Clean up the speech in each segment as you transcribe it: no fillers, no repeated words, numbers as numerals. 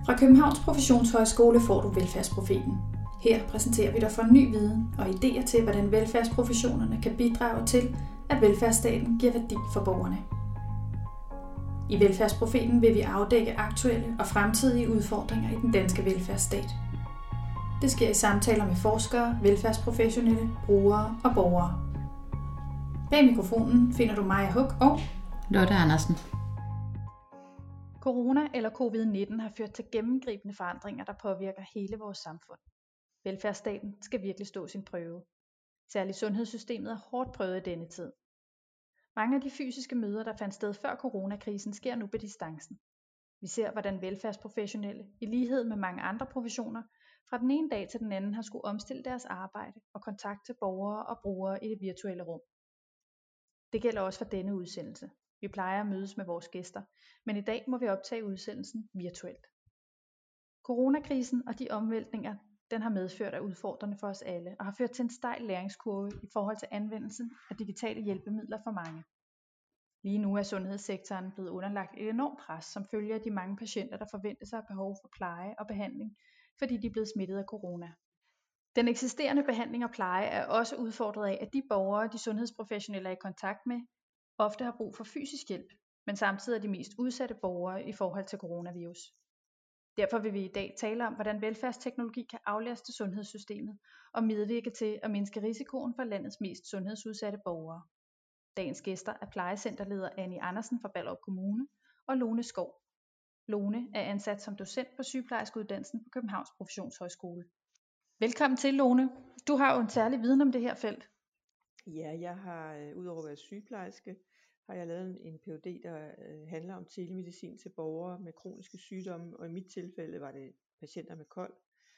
Fra Københavns Professionshøjskole får du Velfærdsprofeten. Her præsenterer vi dig for ny viden og idéer til, hvordan velfærdsprofessionerne kan bidrage til, at velfærdsstaten giver værdi for borgerne. I Velfærdsprofeten vil vi afdække aktuelle og fremtidige udfordringer i den danske velfærdsstat. Det sker i samtaler med forskere, velfærdsprofessionelle, brugere og borgere. Bag mikrofonen finder du Maja Huk og Lotte Andersen. Corona eller covid-19 har ført til gennemgribende forandringer, der påvirker hele vores samfund. Velfærdsstaten skal virkelig stå sin prøve. Særligt sundhedssystemet er hårdt prøvet i denne tid. Mange af de fysiske møder, der fandt sted før coronakrisen, sker nu på distancen. Vi ser, hvordan velfærdsprofessionelle, i lighed med mange andre professioner, fra den ene dag til den anden har skulle omstille deres arbejde og kontakt til borgere og brugere i det virtuelle rum. Det gælder også for denne udsendelse. Vi plejer at mødes med vores gæster, men i dag må vi optage udsendelsen virtuelt. Coronakrisen og de omvæltninger, den har medført, er udfordrende for os alle og har ført til en stejl læringskurve i forhold til anvendelsen af digitale hjælpemidler for mange. Lige nu er sundhedssektoren blevet underlagt et enormt pres, som følger af de mange patienter, der forventer sig behov for pleje og behandling, fordi de er blevet smittet af corona. Den eksisterende behandling og pleje er også udfordret af, at de borgere, de sundhedsprofessionelle er i kontakt med, ofte har brug for fysisk hjælp, men samtidig er de mest udsatte borgere i forhold til coronavirus. Derfor vil vi i dag tale om, hvordan velfærdsteknologi kan aflaste sundhedssystemet og medvirke til at mindske risikoen for landets mest sundhedsudsatte borgere. Dagens gæster er plejecenterleder Annie Andersen fra Ballerup Kommune og Lone Skov. Lone er ansat som docent på sygeplejerskeuddannelsen på Københavns Professionshøjskole. Velkommen til, Lone. Du har jo en særlig viden om det her felt. Ja, jeg har udover at være sygeplejerske, har jeg lavet en Ph.D., der handler om telemedicin til borgere med kroniske sygdomme, og i mit tilfælde var det patienter med KOL.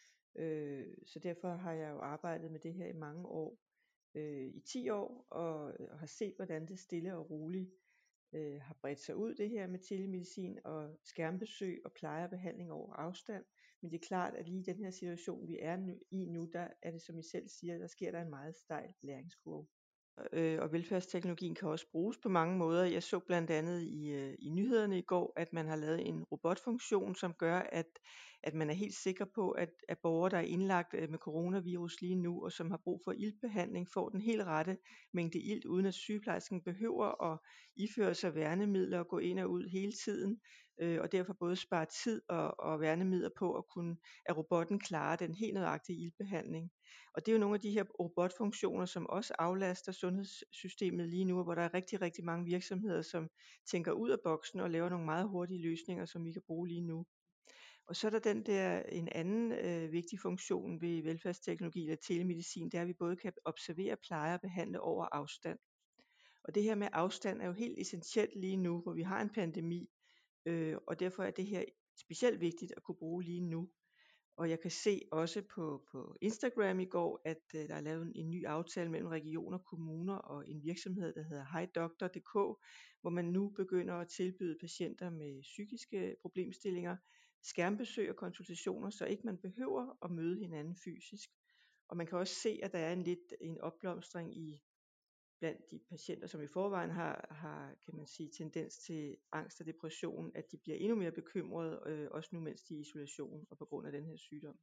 Så derfor har jeg jo arbejdet med det her i mange år, i 10 år, og har set, hvordan det stille og roligt har bredt sig ud, det her med telemedicin og skærmbesøg og pleje og behandling over afstand. Men det er klart, at lige i den her situation, vi er i nu, der er det, som I selv siger, der sker der en meget stejl læringskurve. Og velfærdsteknologien kan også bruges på mange måder. Jeg så blandt andet i nyhederne i går, at man har lavet en robotfunktion, som gør, at man er helt sikker på, at borgere, der er indlagt med coronavirus lige nu, og som har brug for iltbehandling, får den helt rette mængde ilt, uden at sygeplejersken behøver at iføre sig værnemidler og gå ind og ud hele tiden, og derfor både spare tid og værnemidler på at robotten klarer den helt nøjagtige iltbehandling. Og det er jo nogle af de her robotfunktioner, som også aflaster sundhedssystemet lige nu, hvor der er rigtig, rigtig mange virksomheder, som tænker ud af boksen og laver nogle meget hurtige løsninger, som vi kan bruge lige nu. Og så er der en anden vigtig funktion ved velfærdsteknologi eller telemedicin, det er, at vi både kan observere, pleje og behandle over afstand. Og det her med afstand er jo helt essentielt lige nu, hvor vi har en pandemi, og derfor er det her specielt vigtigt at kunne bruge lige nu. Og jeg kan se også på Instagram i går, at der er lavet en ny aftale mellem regioner, kommuner og en virksomhed, der hedder HiDoctor.dk, hvor man nu begynder at tilbyde patienter med psykiske problemstillinger skærmbesøg og konsultationer, så ikke man behøver at møde hinanden fysisk. Og man kan også se, at der er en opblomstring blandt de patienter, som i forvejen har kan man sige, tendens til angst og depression, at de bliver endnu mere bekymrede, også nu mens de er i isolation og på grund af den her sygdom.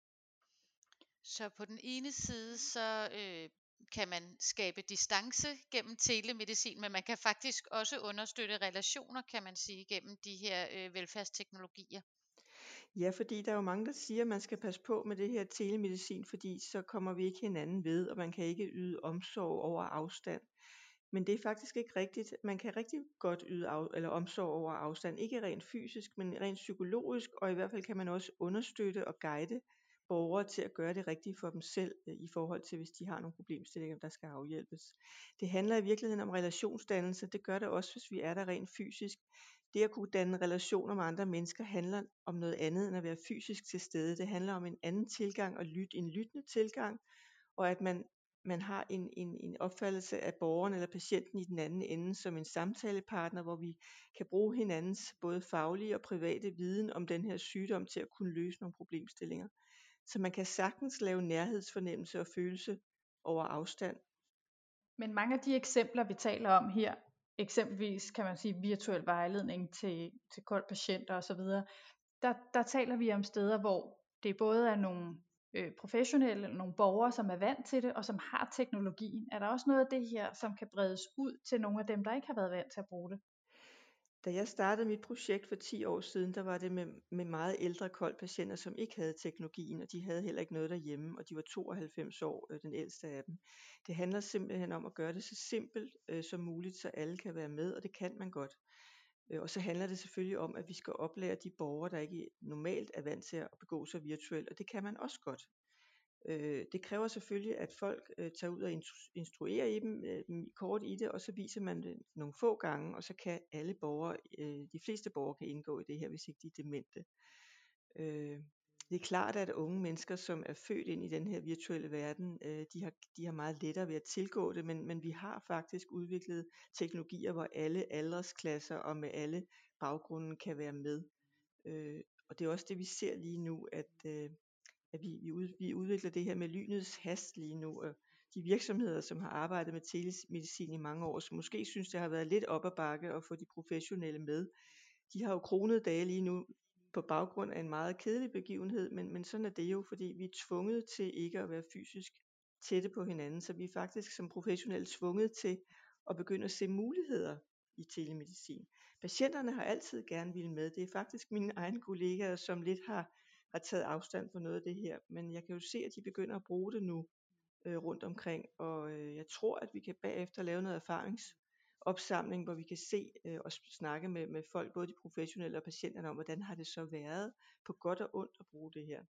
Så på den ene side, så kan man skabe distance gennem telemedicin, men man kan faktisk også understøtte relationer, kan man sige, gennem de her velfærdsteknologier. Ja, fordi der er jo mange, der siger, at man skal passe på med det her telemedicin, fordi så kommer vi ikke hinanden ved, og man kan ikke yde omsorg over afstand. Men det er faktisk ikke rigtigt. Man kan rigtig godt yde omsorg over afstand. Ikke rent fysisk, men rent psykologisk, og i hvert fald kan man også understøtte og guide borgere til at gøre det rigtige for dem selv, i forhold til, hvis de har nogle problemstillinger, der skal afhjælpes. Det handler i virkeligheden om relationsdannelse. Det gør det også, hvis vi er der rent fysisk. Det at kunne danne relationer med andre mennesker handler om noget andet end at være fysisk til stede. Det handler om en anden tilgang og en lyttende tilgang, og at man har en opfattelse af borgeren eller patienten i den anden ende som en samtalepartner, hvor vi kan bruge hinandens både faglige og private viden om den her sygdom til at kunne løse nogle problemstillinger. Så man kan sagtens lave nærhedsfornemmelse og følelse over afstand. Men mange af de eksempler, vi taler om her, eksempelvis kan man sige virtuel vejledning til KOL-patienter osv., der taler vi om steder, hvor det både er nogle professionelle, nogle borgere, som er vant til det, og som har teknologien. Er der også noget af det her, som kan bredes ud til nogle af dem, der ikke har været vant til at bruge det? Da jeg startede mit projekt for 10 år siden, der var det med meget ældre KOL-patienter, som ikke havde teknologien, og de havde heller ikke noget derhjemme, og de var 92 år, den ældste af dem. Det handler simpelthen om at gøre det så simpelt som muligt, så alle kan være med, og det kan man godt. Og så handler det selvfølgelig om, at vi skal oplære de borgere, der ikke normalt er vant til at begå sig virtuelt, og det kan man også godt. Det kræver selvfølgelig, at folk tager ud og instruerer i dem kort i det, og så viser man det nogle få gange, og så kan alle borgere, de fleste borgere kan indgå i det her, hvis ikke de er demente. Det er klart, at unge mennesker, som er født ind i den her virtuelle verden, de har meget lettere ved at tilgå det, men vi har faktisk udviklet teknologier, hvor alle aldersklasser og med alle baggrunde kan være med. Og det er også det, vi ser lige nu, at vi udvikler det her med lynets hast lige nu, og de virksomheder, som har arbejdet med telemedicin i mange år, som måske synes, det har været lidt op ad bakke at få de professionelle med, de har jo kronede dage lige nu på baggrund af en meget kedelig begivenhed, men sådan er det jo, fordi vi er tvunget til ikke at være fysisk tætte på hinanden, så vi er faktisk som professionelle tvunget til at begynde at se muligheder i telemedicin. Patienterne har altid gerne ville med. Det er faktisk mine egne kollegaer, som lidt har taget afstand fra noget af det her, men jeg kan jo se, at de begynder at bruge det nu rundt omkring, og jeg tror, at vi kan bagefter lave noget erfaringsopsamling, hvor vi kan se og snakke med folk, både de professionelle og patienterne, om hvordan har det så været på godt og ondt at bruge det her.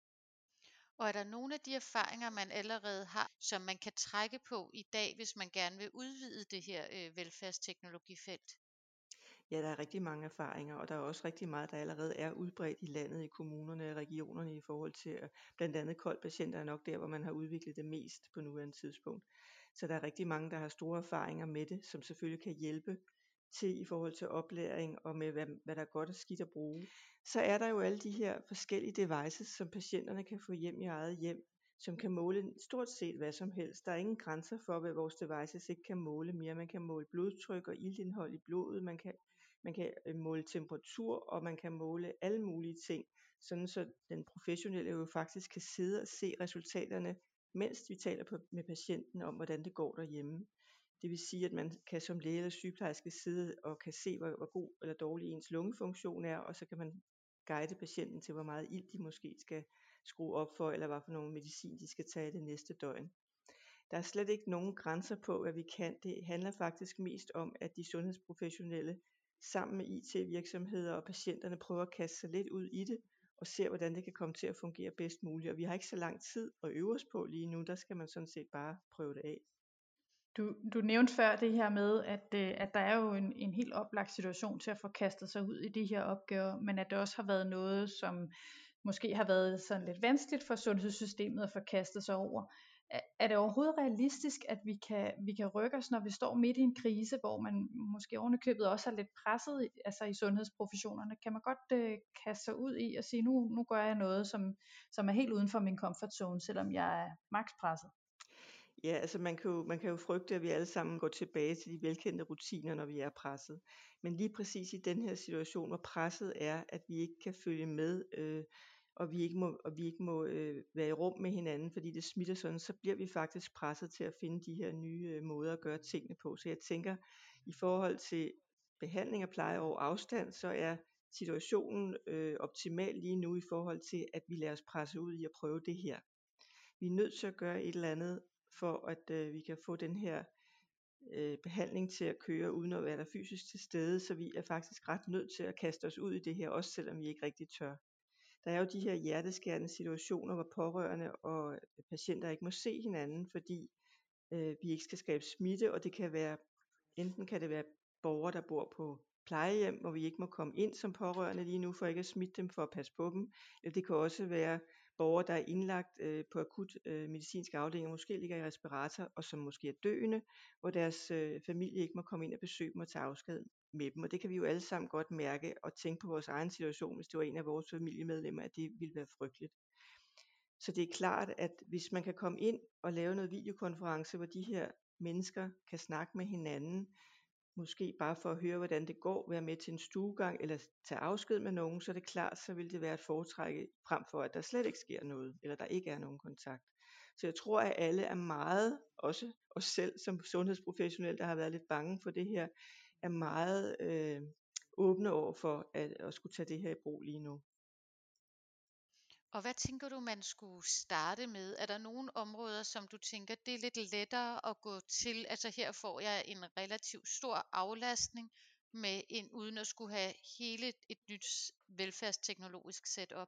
Og er der nogle af de erfaringer, man allerede har, som man kan trække på i dag, hvis man gerne vil udvide det her velfærdsteknologifelt? Ja, der er rigtig mange erfaringer, og der er også rigtig meget, der allerede er udbredt i landet, i kommunerne og regionerne i forhold til, blandt andet KOL-patienter er nok der, hvor man har udviklet det mest på nuværende tidspunkt. Så der er rigtig mange, der har store erfaringer med det, som selvfølgelig kan hjælpe til i forhold til oplæring og med, hvad der er godt og skidt at bruge. Så er der jo alle de her forskellige devices, som patienterne kan få hjem i eget hjem, som kan måle stort set hvad som helst. Der er ingen grænser for, hvad vores devices ikke kan måle mere. Man kan måle blodtryk og iltindhold i blodet, man kan måle temperatur, og man kan måle alle mulige ting, sådan så den professionelle jo faktisk kan sidde og se resultaterne, mens vi taler med patienten om, hvordan det går derhjemme. Det vil sige, at man kan som læge eller sygeplejerske sidde og kan se, hvor god eller dårlig ens lungefunktion er, og så kan man guide patienten til, hvor meget ilt de måske skal skrue op for, eller hvad for nogle medicin de skal tage det næste døgn. Der er slet ikke nogen grænser på, hvad vi kan. Det handler faktisk mest om, at de sundhedsprofessionelle sammen med IT-virksomheder og patienterne prøver at kaste sig lidt ud i det, og ser, hvordan det kan komme til at fungere bedst muligt. Og vi har ikke så lang tid at øve os på lige nu, der skal man sådan set bare prøve det af. Du nævnte før det her med, at der er jo en helt oplagt situation til at få kastet sig ud i de her opgaver, men at det også har været noget, som måske har været sådan lidt vanskeligt for sundhedssystemet at få kastet sig over. Er det overhovedet realistisk, at vi kan rykke os, når vi står midt i en krise, hvor man måske ovenikøbet også er lidt presset altså i sundhedsprofessionerne? Kan man godt kaste sig ud i og sige, nu gør jeg noget, som er helt uden for min comfort zone, selvom jeg er maks presset? Ja, altså man kan jo frygte, at vi alle sammen går tilbage til de velkendte rutiner, når vi er presset. Men lige præcis i den her situation, hvor presset er, at vi ikke kan følge med, og vi ikke må være i rum med hinanden, fordi det smitter sådan, så bliver vi faktisk presset til at finde de her nye måder at gøre tingene på. Så jeg tænker, i forhold til behandling og pleje over afstand, så er situationen optimal lige nu i forhold til, at vi lader os presse ud i at prøve det her. Vi er nødt til at gøre et eller andet, for at vi kan få den her behandling til at køre, uden at være der fysisk til stede, så vi er faktisk ret nødt til at kaste os ud i det her, også selvom vi ikke rigtig tør. Der er jo de her hjerteskærende situationer, hvor pårørende og patienter ikke må se hinanden, fordi vi ikke skal skabe smitte, og det kan være, enten kan det være borgere, der bor på plejehjem, hvor vi ikke må komme ind som pårørende lige nu, for ikke at smitte dem, for at passe på dem, eller det kan også være borgere, der er indlagt på akut medicinske afdelinger, måske ligger i respirator, og som måske er døende, hvor deres familie ikke må komme ind og besøge dem og tage afsked med dem. Og det kan vi jo alle sammen godt mærke og tænke på vores egen situation, hvis det var en af vores familiemedlemmer, at det ville være frygteligt. Så det er klart, at hvis man kan komme ind og lave noget videokonference, hvor de her mennesker kan snakke med hinanden, måske bare for at høre, hvordan det går, være med til en stuegang eller tage afsked med nogen, så er det klart, så vil det være et foretrække frem for, at der slet ikke sker noget, eller der ikke er nogen kontakt. Så jeg tror, at alle er meget, også os selv som sundhedsprofessionelle, der har været lidt bange for det her, er meget åbne over for at skulle tage det her i brug lige nu. Og hvad tænker du, man skulle starte med? Er der nogle områder, som du tænker, det er lidt lettere at gå til? Altså her får jeg en relativt stor aflastning uden at skulle have hele et nyt velfærdsteknologisk setup.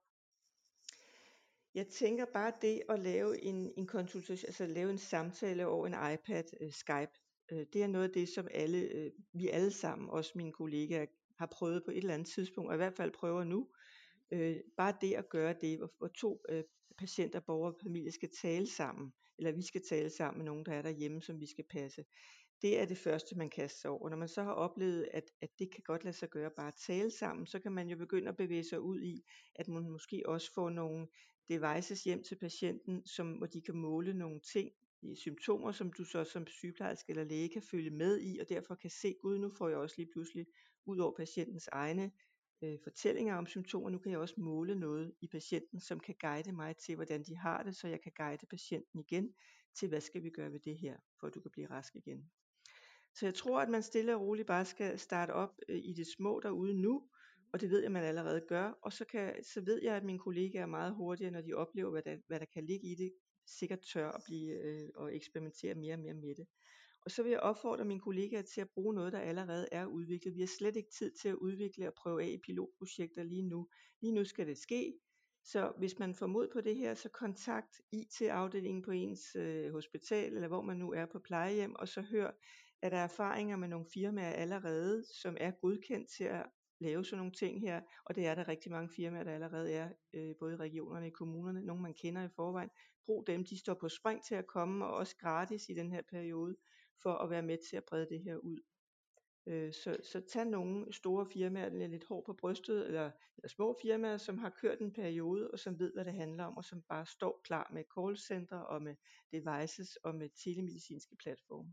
Jeg tænker bare det at lave en konsultation, altså lave en samtale over en iPad, Skype, det er noget af det, som vi alle sammen, også mine kollegaer, har prøvet på et eller andet tidspunkt, og i hvert fald prøver nu. Bare det at gøre det, hvor to patienter, borgere og familie skal tale sammen, eller vi skal tale sammen med nogen, der er derhjemme, som vi skal passe. Det er det første, man kaster sig over. Når man så har oplevet, at det kan godt lade sig gøre bare at tale sammen, så kan man jo begynde at bevæge sig ud i, at man måske også får nogle devices hjem til patienten, hvor de kan måle nogle ting, symptomer, som du så som sygeplejerske eller læge kan følge med i, og derfor kan se, gud, nu får jeg også lige pludselig ud over patientens egne fortællinger om symptomer, nu kan jeg også måle noget i patienten, som kan guide mig til, hvordan de har det, så jeg kan guide patienten igen til, hvad skal vi gøre ved det her, for at du kan blive rask igen. Så jeg tror, at man stille og roligt bare skal starte op i det små derude nu, og det ved jeg, man allerede gør, og så ved jeg, at mine kollegaer er meget hurtigere, når de oplever, hvad der kan ligge i det, sikkert tør at blive og eksperimentere mere og mere med det. Og så vil jeg opfordre mine kollegaer til at bruge noget, der allerede er udviklet. Vi har slet ikke tid til at udvikle og prøve af i pilotprojekter lige nu. Lige nu skal det ske. Så hvis man får mod på det her, så kontakt IT-afdelingen på ens hospital, eller hvor man nu er på plejehjem, og så hør, at der er erfaringer med nogle firmaer allerede, som er godkendt til at lave sådan nogle ting her. Og det er der rigtig mange firmaer, der allerede er, både i regionerne og i kommunerne. Nogle man kender i forvejen. Brug dem, de står på spring til at komme, og også gratis i den her periode, for at være med til at brede det her ud. Så tag nogle store firmaer, der er lidt hård på brystet, eller små firmaer, som har kørt en periode, og som ved, hvad det handler om, og som bare står klar med callcenter, og med devices, og med telemedicinske platforme.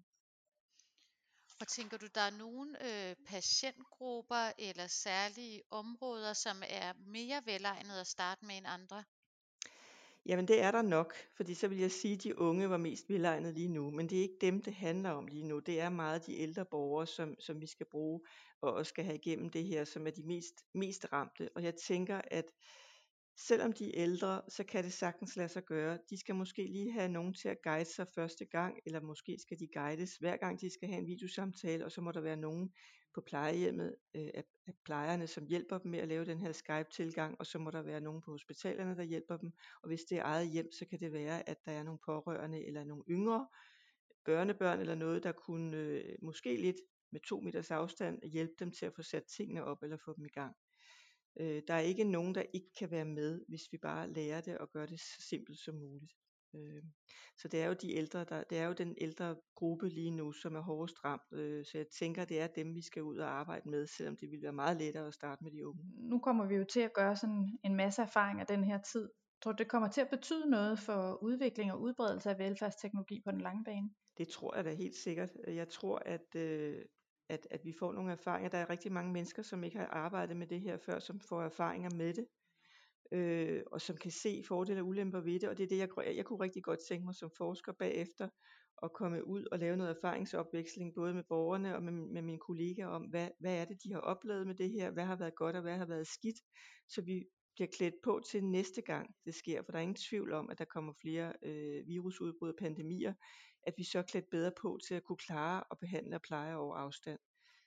Og tænker du, der er nogle patientgrupper eller særlige områder, som er mere velegnede at starte med end andre? Jamen det er der nok, fordi så vil jeg sige, at de unge var mest velegnede lige nu, men det er ikke dem, det handler om lige nu. Det er meget de ældre borgere, som vi skal bruge og skal have igennem det her, som er de mest ramte. Og jeg tænker, at selvom de er ældre, så kan det sagtens lade sig gøre. De skal måske lige have nogen til at guide sig første gang, eller måske skal de guides hver gang de skal have en videosamtale, og så må der være nogen på plejehjemmet af plejerne, som hjælper dem med at lave den her Skype-tilgang, og så må der være nogen på hospitalerne, der hjælper dem. Og hvis det er eget hjem, så kan det være, at der er nogle pårørende eller nogle yngre børnebørn eller noget, der kunne måske lidt med 2 meters afstand hjælpe dem til at få sat tingene op eller få dem i gang. Der er ikke nogen, der ikke kan være med, hvis vi bare lærer det og gør det så simpelt som muligt. Så det er jo de ældre, det er jo den ældre gruppe lige nu, som er hårdest ramt. Så jeg tænker, det er dem, vi skal ud og arbejde med, selvom det ville være meget lettere at starte med de unge. Nu kommer vi jo til at gøre sådan en masse erfaringer den her tid. Tror du, det kommer til at betyde noget for udvikling og udbredelse af velfærdsteknologi på den lange bane? Det tror jeg da helt sikkert. Jeg tror, at vi får nogle erfaringer. Der er rigtig mange mennesker, som ikke har arbejdet med det her før, som får erfaringer med det. Og som kan se fordele og ulemper ved det, og det er det, jeg kunne rigtig godt tænke mig som forsker bagefter, at komme ud og lave noget erfaringsopveksling, både med borgerne og med mine kollegaer om, hvad er det, de har oplevet med det her, hvad har været godt og hvad har været skidt, så vi bliver klædt på til næste gang det sker, for der er ingen tvivl om, at der kommer flere virusudbrud og pandemier, at vi så er klædt bedre på til at kunne klare og behandle og pleje over afstand.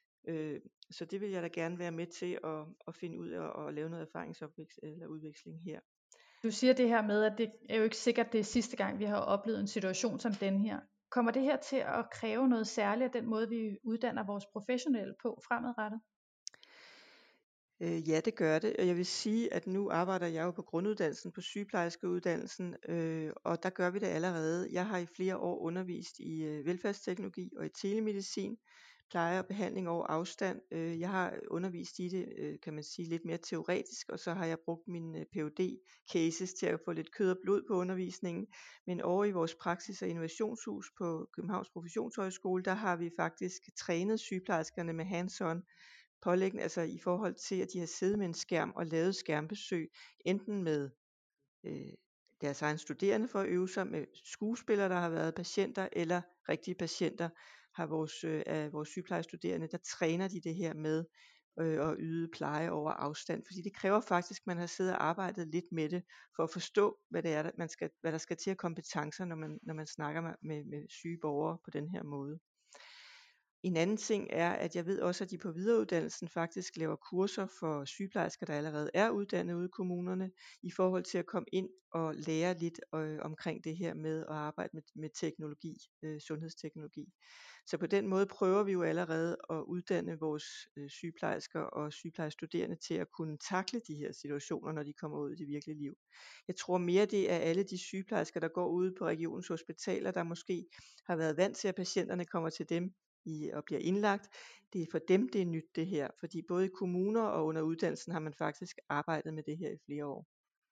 Så det vil jeg da gerne være med til at finde ud af og lave noget erfaringsudveksling her. Du siger det her med, at det er jo ikke sikkert, det er sidste gang, vi har oplevet en situation som den her. Kommer det her til at kræve noget særligt af den måde, vi uddanner vores professionelle på fremadrettet? Ja, det gør det, og jeg vil sige, at nu arbejder jeg jo på grunduddannelsen, på sygeplejerskeuddannelsen, og der gør vi det allerede. Jeg har i flere år undervist i velfærdsteknologi og i telemedicin, pleje og behandling over afstand. Jeg har undervist i det, kan man sige, lidt mere teoretisk, og så har jeg brugt mine PhD cases til at få lidt kød og blod på undervisningen. Men over i vores praksis- og innovationshus på Københavns Professionshøjskole, der har vi faktisk trænet sygeplejerskerne med hands-on pålæggende, altså i forhold til, at de har siddet med en skærm og lavet skærmbesøg, enten med deres egen studerende for at øve sig, med skuespillere, der har været patienter, eller rigtige patienter, har vores sygeplejestuderende, der træner de det her med at yde pleje over afstand, fordi det kræver faktisk, at man har siddet og arbejdet lidt med det, for at forstå, hvad det er, hvad der skal til af kompetencer, når man snakker med syge borgere på den her måde. En anden ting er, at jeg ved også, at de på videreuddannelsen faktisk laver kurser for sygeplejersker, der allerede er uddannet ude i kommunerne, i forhold til at komme ind og lære lidt omkring det her med at arbejde med teknologi, sundhedsteknologi. Så på den måde prøver vi jo allerede at uddanne vores sygeplejersker og sygeplejestuderende til at kunne takle de her situationer, når de kommer ud i det virkelige liv. Jeg tror mere, det er alle de sygeplejersker, der går ude på regionens hospitaler, der måske har været vant til, at patienterne kommer til dem og bliver indlagt. Det er for dem, det er nyt det her, fordi både i kommuner og under uddannelsen har man faktisk arbejdet med det her i flere år.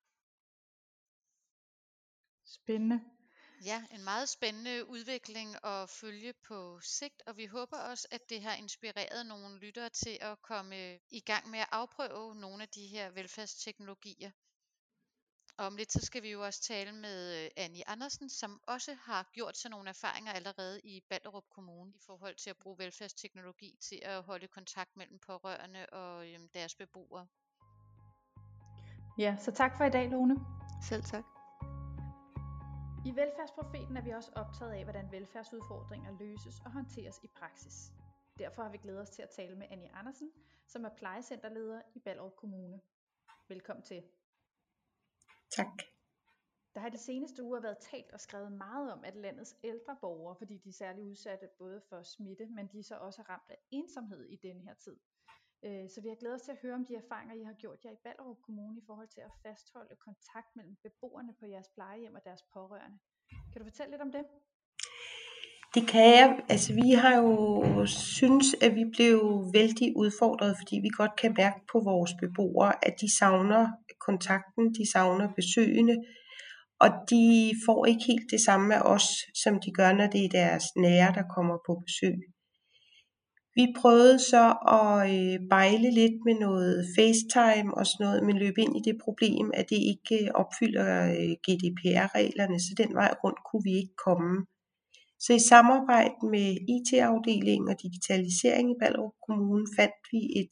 Spændende. Ja, en meget spændende udvikling at følge på sigt, og vi håber også, at det har inspireret nogle lyttere til at komme i gang med at afprøve nogle af de her velfærdsteknologier. Og om lidt, så skal vi jo også tale med Annie Andersen, som også har gjort sig nogle erfaringer allerede i Ballerup Kommune i forhold til at bruge velfærdsteknologi til at holde kontakt mellem pårørende og deres beboere. Ja, så tak for i dag, Lone. Selv tak. I Velfærdsprofeten er vi også optaget af, hvordan velfærdsudfordringer løses og håndteres i praksis. Derfor har vi glædet os til at tale med Annie Andersen, som er plejecenterleder i Ballerup Kommune. Velkommen til. Tak. Der har de seneste uger været talt og skrevet meget om, at landets ældre borgere, fordi de er særlig udsatte både for smitte, men de er så også ramt af ensomhed i denne her tid. Så vi har glædet os til at høre om de erfaringer, I har gjort jer i Ballerup Kommune i forhold til at fastholde kontakt mellem beboerne på jeres plejehjem og deres pårørende. Kan du fortælle lidt om det? Det kan jeg. Altså vi har jo synes, at vi blev vældig udfordret, fordi vi godt kan mærke på vores beboere, at de savner kontakten, de savner besøgende, og de får ikke helt det samme af os, som de gør, når det er deres nære, der kommer på besøg. Vi prøvede så at bejle lidt med noget FaceTime og sådan noget, men løb ind i det problem, at det ikke opfylder GDPR-reglerne, så den vej rundt kunne vi ikke komme. Så i samarbejde med IT-afdelingen og digitalisering i Ballerup Kommune fandt vi et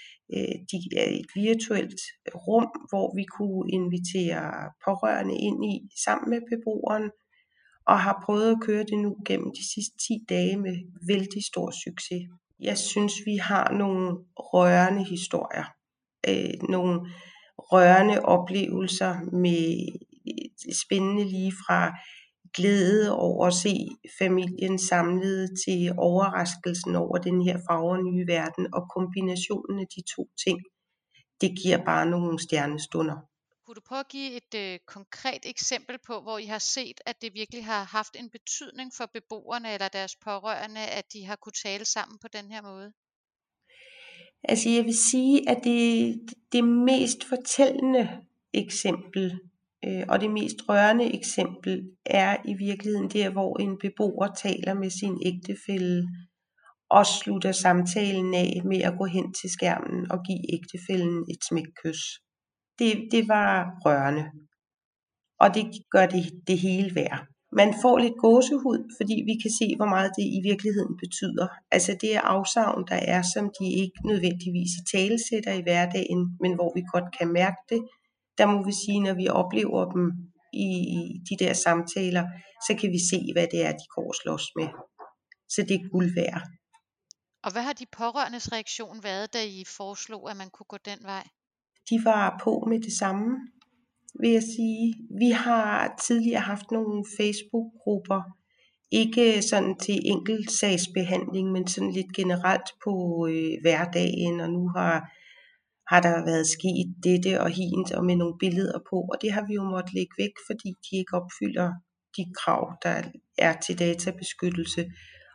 virtuelt rum, hvor vi kunne invitere pårørende ind i sammen med beboeren, og har prøvet at køre det nu gennem de sidste 10 dage med vældig stor succes. Jeg synes, vi har nogle rørende historier, nogle rørende oplevelser med spændende lige fra glæde over at se familien samlet til overraskelsen over den her fagre nye verden, og kombinationen af de to ting, det giver bare nogle stjernestunder. Kunne du prøve at give et konkret eksempel på, hvor I har set, at det virkelig har haft en betydning for beboerne eller deres pårørende, at de har kunne tale sammen på den her måde? Altså jeg vil sige, at det mest fortællende eksempel, og det mest rørende eksempel, er i virkeligheden der, hvor en beboer taler med sin ægtefælle, og slutter samtalen af med at gå hen til skærmen og give ægtefællen et smækkys. Det var rørende, og det gør det hele værd. Man får lidt gåsehud, fordi vi kan se, hvor meget det i virkeligheden betyder. Altså det er afsavn, der er, som de ikke nødvendigvis i talesætter i hverdagen, men hvor vi godt kan mærke det. Der må vi sige, når vi oplever dem i de der samtaler, så kan vi se, hvad det er, de går og slås med. Så det er guld værd. Og hvad har de pårørendes reaktion været, da I foreslog, at man kunne gå den vej? De var på med det samme, vil jeg sige. Vi har tidligere haft nogle Facebook-grupper, ikke sådan til enkeltsagsbehandling, men sådan lidt generelt på hverdagen, og nu har der været sket dette og hint, og med nogle billeder på, og det har vi jo måttet lægge væk, fordi de ikke opfylder de krav, der er til databeskyttelse.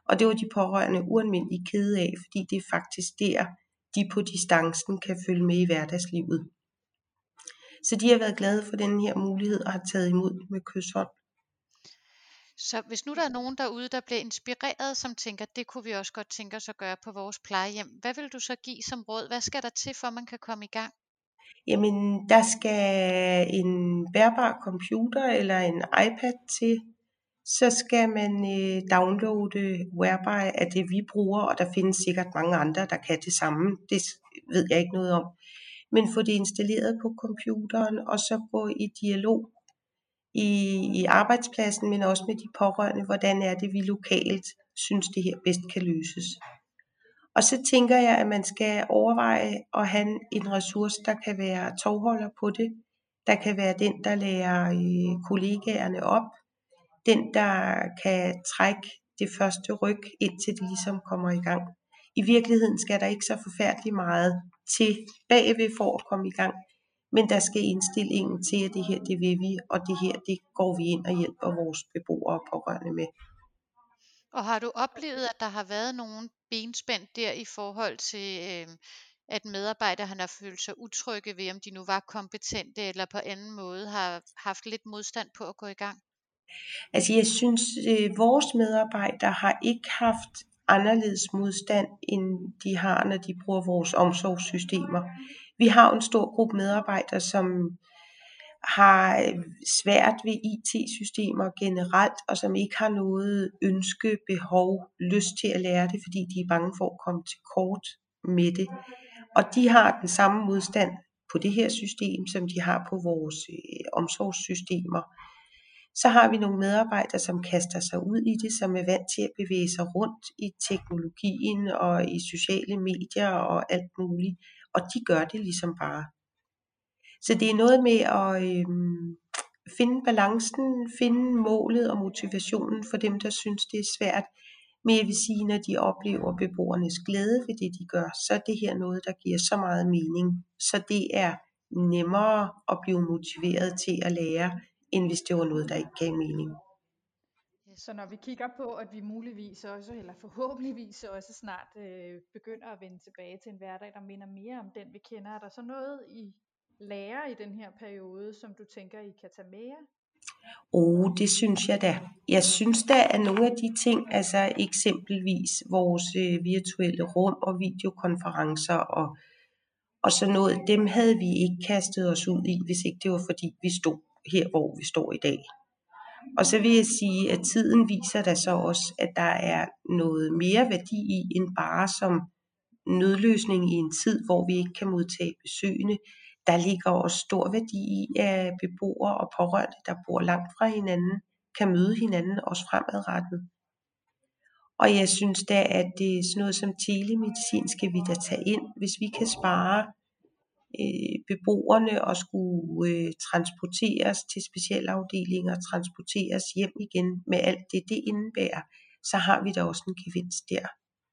Og det var de pårørende ualmindeligt kede af, fordi det er faktisk der, de på distancen kan følge med i hverdagslivet. Så de har været glade for den her mulighed og har taget imod med kyshånd. Så hvis nu der er nogen derude, der bliver inspireret, som tænker, det kunne vi også godt tænke os at gøre på vores plejehjem, hvad vil du så give som råd? Hvad skal der til, for at man kan komme i gang? Jamen, der skal en bærbar computer eller en iPad til. Så skal man downloade Whereby af det, vi bruger, og der findes sikkert mange andre, der kan det samme. Det ved jeg ikke noget om. Men få det installeret på computeren, og så gå i dialog i arbejdspladsen, men også med de pårørende, hvordan er det, vi lokalt synes, det her bedst kan løses. Og så tænker jeg, at man skal overveje at have en ressource, der kan være tovholder på det. Der kan være den, der lærer kollegaerne op. Den, der kan trække det første ryg, indtil det ligesom kommer i gang. I virkeligheden skal der ikke så forfærdeligt meget til bagved for at komme i gang. Men der skal indstillingen til, at det her, det vil vi, og det her, det går vi ind og hjælper vores beboere og pårørende med. Og har du oplevet, at der har været nogen benspænd der i forhold til, at medarbejdere har følt sig utrygge ved, om de nu var kompetente, eller på anden måde har haft lidt modstand på at gå i gang? Altså jeg synes, vores medarbejdere har ikke haft anderledes modstand, end de har, når de bruger vores omsorgssystemer. Vi har en stor gruppe medarbejdere, som har svært ved IT-systemer generelt, og som ikke har noget ønske, behov, lyst til at lære det, fordi de er bange for at komme til kort med det. Og de har den samme modstand på det her system, som de har på vores omsorgssystemer. Så har vi nogle medarbejdere, som kaster sig ud i det, som er vant til at bevæge sig rundt i teknologien og i sociale medier og alt muligt. Og de gør det ligesom bare. Så det er noget med at finde balancen, finde målet og motivationen for dem, der synes, det er svært. Men jeg vil sige, når de oplever beboernes glæde ved det, de gør, så er det her noget, der giver så meget mening. Så det er nemmere at blive motiveret til at lære, end hvis det var noget, der ikke gav mening. Så når vi kigger på, at vi muligvis også, eller forhåbentligvis også snart begynder at vende tilbage til en hverdag, der minder mere om den, vi kender, er der så noget, I lærer i den her periode, som du tænker, I kan tage med jer? Det synes jeg da. Jeg synes da, at nogle af de ting, altså eksempelvis vores virtuelle rum og videokonferencer og sådan noget, dem havde vi ikke kastet os ud i, hvis ikke det var fordi, vi stod her, hvor vi står i dag. Og så vil jeg sige, at tiden viser da så også, at der er noget mere værdi i, end bare som nødløsning i en tid, hvor vi ikke kan modtage besøgende. Der ligger også stor værdi i, at beboere og pårørende, der bor langt fra hinanden, kan møde hinanden også fremadrettet. Og jeg synes da, at det er sådan noget som telemedicin skal vi da tage ind, hvis vi kan spare beboerne og skulle transporteres til specialafdelinger, transporteres hjem igen med alt det, det indebærer, så har vi da også en gevinst der.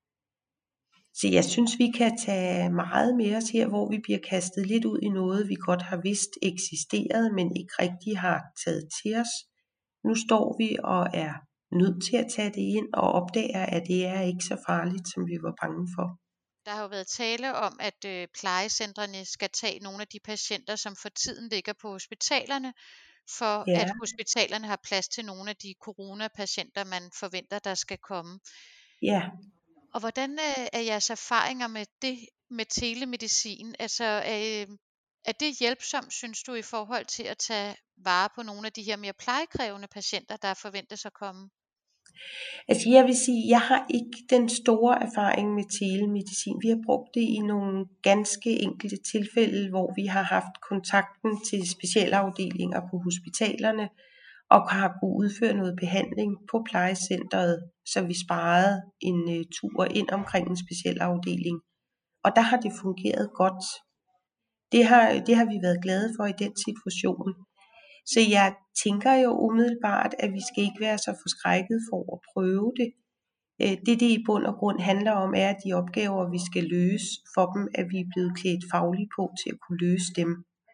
Så jeg synes, vi kan tage meget med os her, hvor vi bliver kastet lidt ud i noget, vi godt har vidst eksisterede, men ikke rigtig har taget til os. Nu står vi og er nødt til at tage det ind og opdager, at det er ikke så farligt, som vi var bange for. Der har jo været tale om, at plejecentrene skal tage nogle af de patienter, som for tiden ligger på hospitalerne, for at hospitalerne har plads til nogle af de coronapatienter, man forventer, der skal komme. Ja. Og hvordan er jeres erfaringer med det med telemedicin? Altså er det hjælpsomt, synes du, i forhold til at tage vare på nogle af de her mere plejekrævende patienter, der forventes at komme? Altså jeg vil sige, jeg har ikke den store erfaring med telemedicin. Vi har brugt det i nogle ganske enkelte tilfælde, hvor vi har haft kontakten til specialafdelinger på hospitalerne og har kunnet udføre noget behandling på plejecentret, så vi sparede en tur ind omkring en specialafdeling. Og der har det fungeret godt. Det har vi været glade for i den situation. Så jeg tænker jo umiddelbart, at vi skal ikke være så forskrækket for at prøve det. Det i bund og grund handler om, er, at de opgaver, vi skal løse for dem, at vi er blevet klædt fagligt på til at kunne løse dem.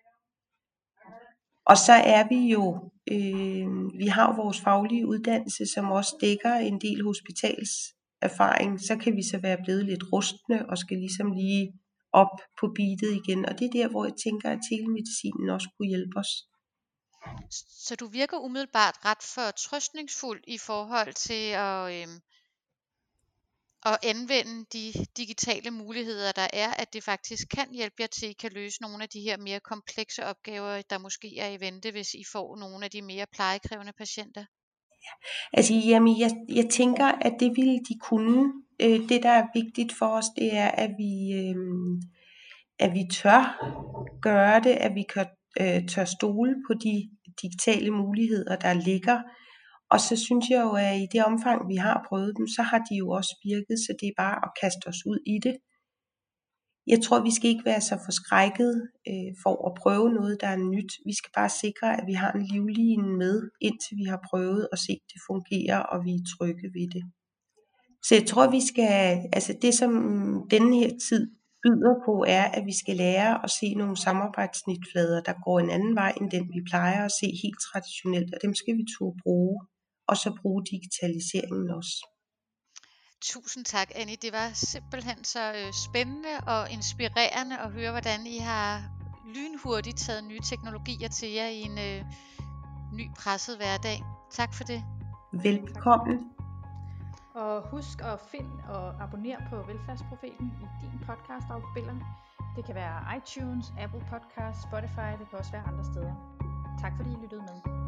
Og så er vi jo, vi har vores faglige uddannelse, som også dækker en del erfaring, så kan vi så være blevet lidt rustne og skal ligesom lige op på beatet igen. Og det er der, hvor jeg tænker, at telemedicinen også kunne hjælpe os. Så du virker umiddelbart ret fortrøstningsfuld i forhold til at anvende de digitale muligheder, der er, at det faktisk kan hjælpe jer til, at I kan løse nogle af de her mere komplekse opgaver, der måske er i vente, hvis I får nogle af de mere plejekrævende patienter? Altså, jamen, jeg tænker, at det ville de kunne. Det, der er vigtigt for os, det er, at vi tør gøre det, at vi tør stole på de digitale muligheder, der ligger. Og så synes jeg jo, at i det omfang, vi har prøvet dem, så har de jo også virket, så det er bare at kaste os ud i det. Jeg tror, vi skal ikke være så forskrækket for at prøve noget, der er nyt. Vi skal bare sikre, at vi har en livline med, indtil vi har prøvet og set det fungere, og vi er trygge ved det. Så jeg tror, vi skal, altså det som denne her tid byder på, er, at vi skal lære at se nogle samarbejdssnitflader, der går en anden vej, end den vi plejer at se helt traditionelt, og dem skal vi turde bruge, og så bruge digitaliseringen også. Tusind tak, Annie. Det var simpelthen så spændende og inspirerende at høre, hvordan I har lynhurtigt taget nye teknologier til jer i en ny presset hverdag. Tak for det. Velkommen. Og husk at finde og abonnere på Velfærdsprofeten i din podcast-afspiller. Det kan være iTunes, Apple Podcasts, Spotify, det kan også være andre steder. Tak fordi I lyttede med.